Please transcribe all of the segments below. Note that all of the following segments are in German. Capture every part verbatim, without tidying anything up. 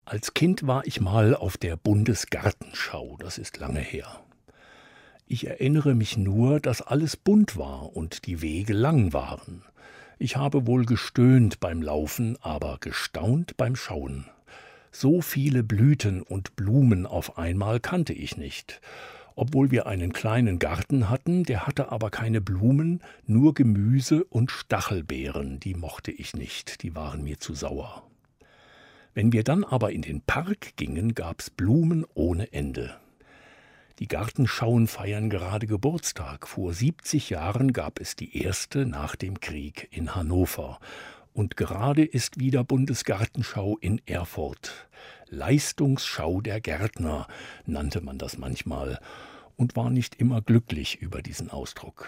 Als Kind war ich mal auf der Bundesgartenschau, das ist lange her. Ich erinnere mich nur, dass alles bunt war und die Wege lang waren. Ich habe wohl gestöhnt beim Laufen, aber gestaunt beim Schauen. So viele Blüten und Blumen auf einmal kannte ich nicht. Obwohl wir einen kleinen Garten hatten, der hatte aber keine Blumen, nur Gemüse und Stachelbeeren, die mochte ich nicht, die waren mir zu sauer. Wenn wir dann aber in den Park gingen, gab's Blumen ohne Ende. Die Gartenschauen feiern gerade Geburtstag. Vor siebzig Jahren gab es die erste nach dem Krieg in Hannover. Und gerade ist wieder Bundesgartenschau in Erfurt. Leistungsschau der Gärtner nannte man das manchmal und war nicht immer glücklich über diesen Ausdruck.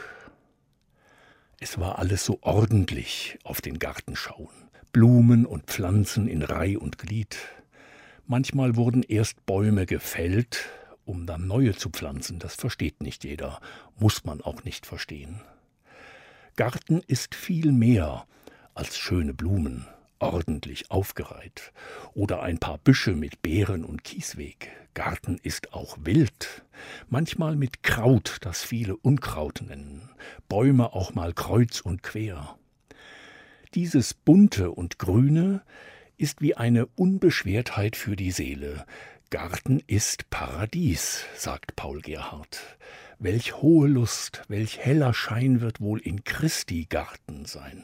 Es war alles so ordentlich auf den Gartenschauen. Blumen und Pflanzen in Reih und Glied. Manchmal wurden erst Bäume gefällt, um dann neue zu pflanzen. Das versteht nicht jeder, muss man auch nicht verstehen. Garten ist viel mehr als schöne Blumen, ordentlich aufgereiht, oder ein paar Büsche mit Beeren und Kiesweg. Garten ist auch wild, manchmal mit Kraut, das viele Unkraut nennen, Bäume auch mal kreuz und quer. Dieses Bunte und Grüne ist wie eine Unbeschwertheit für die Seele. Garten ist Paradies, sagt Paul Gerhardt. Welch hohe Lust, welch heller Schein wird wohl in Christi Garten sein.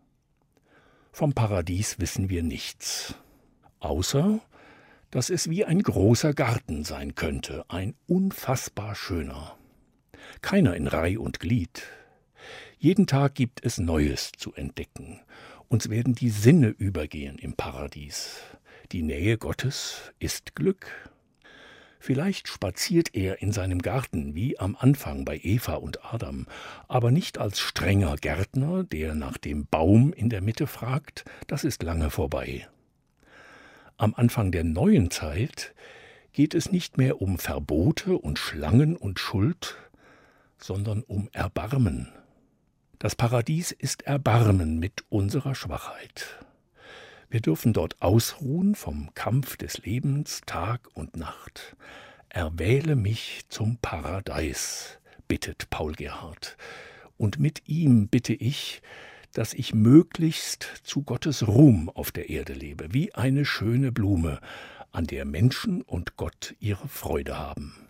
Vom Paradies wissen wir nichts, außer dass es wie ein großer Garten sein könnte, ein unfassbar schöner. Keiner in Reih und Glied. Jeden Tag gibt es Neues zu entdecken. Uns werden die Sinne übergehen im Paradies. Die Nähe Gottes ist Glück. Vielleicht spaziert er in seinem Garten wie am Anfang bei Eva und Adam, aber nicht als strenger Gärtner, der nach dem Baum in der Mitte fragt, das ist lange vorbei. Am Anfang der neuen Zeit geht es nicht mehr um Verbote und Schlangen und Schuld, sondern um Erbarmen. Das Paradies ist Erbarmen mit unserer Schwachheit. Wir dürfen dort ausruhen vom Kampf des Lebens Tag und Nacht. Erwähle mich zum Paradeis, bittet Paul Gerhardt. Und mit ihm bitte ich, dass ich möglichst zu Gottes Ruhm auf der Erde lebe, wie eine schöne Blume, an der Menschen und Gott ihre Freude haben.